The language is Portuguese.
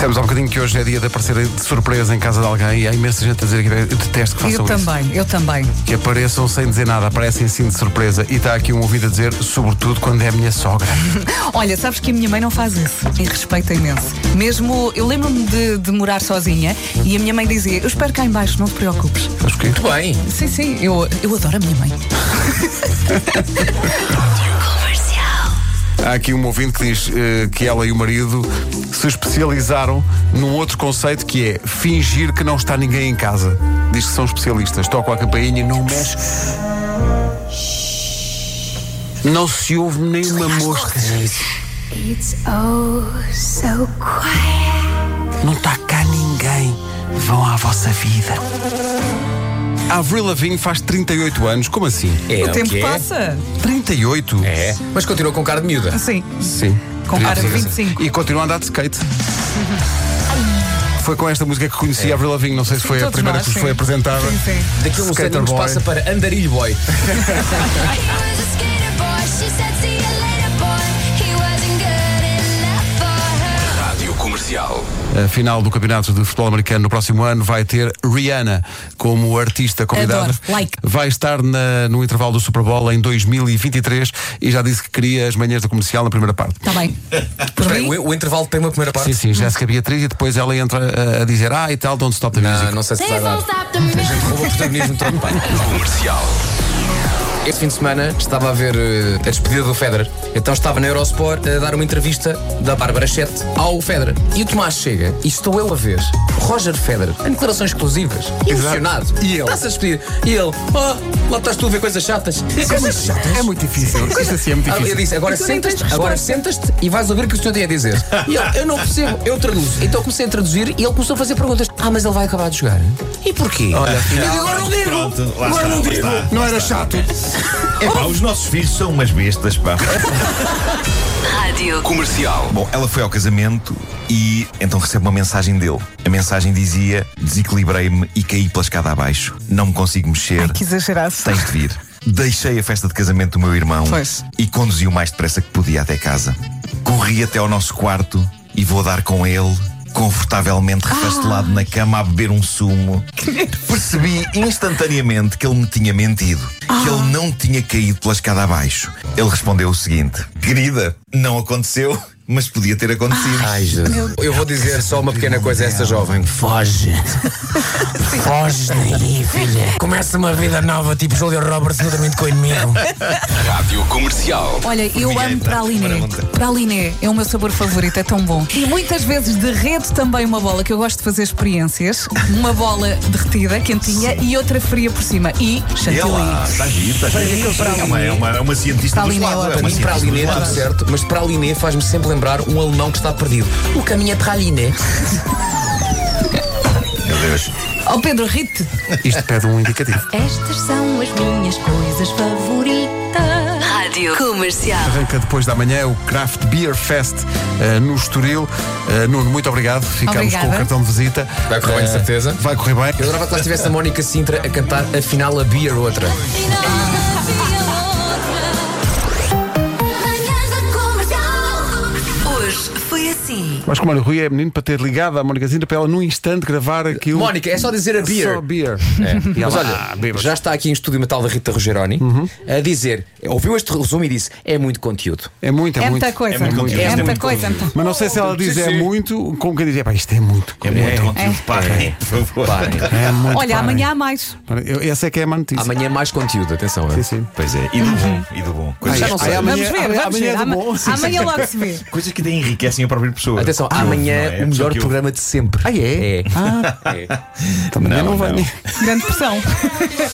Dissemos há um bocadinho que hoje é dia de aparecer de surpresa em casa de alguém e há imensa gente a dizer que eu detesto que façam isso. Eu também. Que apareçam sem dizer nada, aparecem assim de surpresa. E está aqui um ouvido a dizer, sobretudo quando é a minha sogra. Olha, sabes que a minha mãe não faz isso e respeita imenso. Mesmo, eu lembro-me de morar sozinha e a minha mãe dizia, eu espero cá em baixo, não te preocupes. Sabes porquê? Muito bem. Sim, eu adoro a minha mãe. Há aqui um ouvinte que diz que ela e o marido se especializaram num outro conceito que é fingir que não está ninguém em casa. Diz que são especialistas. Tocam a campainha e não mexe. Não se ouve nenhuma mosca. It's oh so quiet. Não está cá ninguém. Vão à vossa vida. A Avril Lavigne faz 38 anos. Como assim? O tempo passa. 38? É. Mas continua com cara de miúda. Sim. Sim. Com cara de 25. E continua a andar de skate. Foi com esta música que conheci a Avril Lavigne. Não sei se foi a primeira que foi apresentada. Sim. Daqui a uns Skater anos boy. passa para Andarilho Boy. Rádio Comercial. A final do Campeonato de Futebol Americano no próximo ano vai ter Rihanna como artista convidada. Adoro. Like. Vai estar no intervalo do Super Bowl em 2023 e já disse que queria as manhãs da Comercial na primeira parte. Está bem. Por Espera, mim, o intervalo tem uma primeira parte? Sim, Jéssica Beatriz e depois ela entra a dizer e tal, don't stop the music. Não sei se vai dar. A gente rouba o protagonismo todo. Comercial. Este fim de semana estava a ver a despedida do Federer. Então estava na Eurosport a dar uma entrevista da Bárbara Sete ao Federer. E o Tomás chega e estou eu a ver Roger Federer em declarações exclusivas, emocionado. E ele está-se a despedir. E ele, lá estás tu a ver coisas chatas. Coisas chatas? É muito difícil. Isto assim é muito Eu difícil. disse, agora sentas-te e vais ouvir o que o senhor tem a dizer. E ele, eu não percebo, eu traduzo. Então comecei a traduzir e ele começou a fazer perguntas. Mas ele vai acabar de jogar. E porquê? Olha, Agora não digo. Pronto, lá Agora não digo. está. não era chato. Epá, os nossos filhos são umas bestas, pá. Rádio Comercial. Bom, ela foi ao casamento e então recebe uma mensagem dele. A mensagem dizia: desequilibrei-me e caí pela escada abaixo. Não me consigo mexer. que exagerasse. Tens de vir. Deixei a festa de casamento do meu irmão Pois. e conduzi o mais depressa que podia até casa. Corri até ao nosso quarto e vou dar com ele, confortavelmente refastelado na cama a beber um sumo. Percebi instantaneamente que ele me tinha mentido, que ele não tinha caído pela escada abaixo. Ele respondeu o seguinte: querida, não aconteceu, mas podia ter acontecido. Ai, Jesus. Eu vou dizer só uma pequena coisa a esta jovem. Foge. Foge daí, filha. Começa uma vida nova, tipo Julia Roberts, juntamente com o inimigo. Rádio Comercial. Olha, eu amo praliné. Praliné é o meu sabor favorito, é tão bom. E muitas vezes derreto também uma bola, que eu gosto de fazer experiências. Uma bola derretida, quentinha, e outra fria por cima. E chantilly. Ela, está giro, está giro. É uma cientista do Praliné é lado. ótimo. É uma cientista Praliné, dos tudo lados. certo, mas praliné faz-me sempre lembrar um alemão que está perdido. O caminho é praliné. Meu Deus. Oh Pedro, ri-te. Isto pede um indicativo. Estas são as minhas coisas favoritas. Rádio Comercial. Arranca depois da manhã o Craft Beer Fest no Estoril. Nuno, muito obrigado. Ficamos Obrigada. com o cartão de visita. Vai correr bem, de certeza. Vai correr bem. Eu adorava que lá estivesse a Mónica Sintra a cantar afinal a Beer outra. Hoje foi assim. Mas como o Rui é menino para ter ligado à Mónica Sintra para ela num instante gravar aquilo. Mónica, é só dizer a Beer. Só beer. É. E ela, Mas olha, bebas. já está aqui em estúdio metal da Rita Rogeroni a dizer, ouviu este resumo e disse: é muito conteúdo. É muito, É muito. muita coisa. muito conteúdo. É Isto é muita muito coisa. conteúdo. Mas não sei se ela diz Sim, é sim. muito, como quem diz, pá, isto é muito. É muito conteúdo, parem, por favor. É muito. Olha, parem. amanhã há mais. Essa é que é a má notícia. Amanhã mais conteúdo, atenção. Sim, sim. Pois é, e do bom, e do bom. Coisas, Já não sei. amanhã, Vamos ver, vamos amanhã ver. é do bom. Sim, Amanhã logo se vê. coisas que até enriquecem a própria pessoa. Atenção, Que ouve, amanhã não é? A o pessoa melhor que ouve. programa de sempre. Ah, é? É. Também não Não, venho. não. Grande pressão.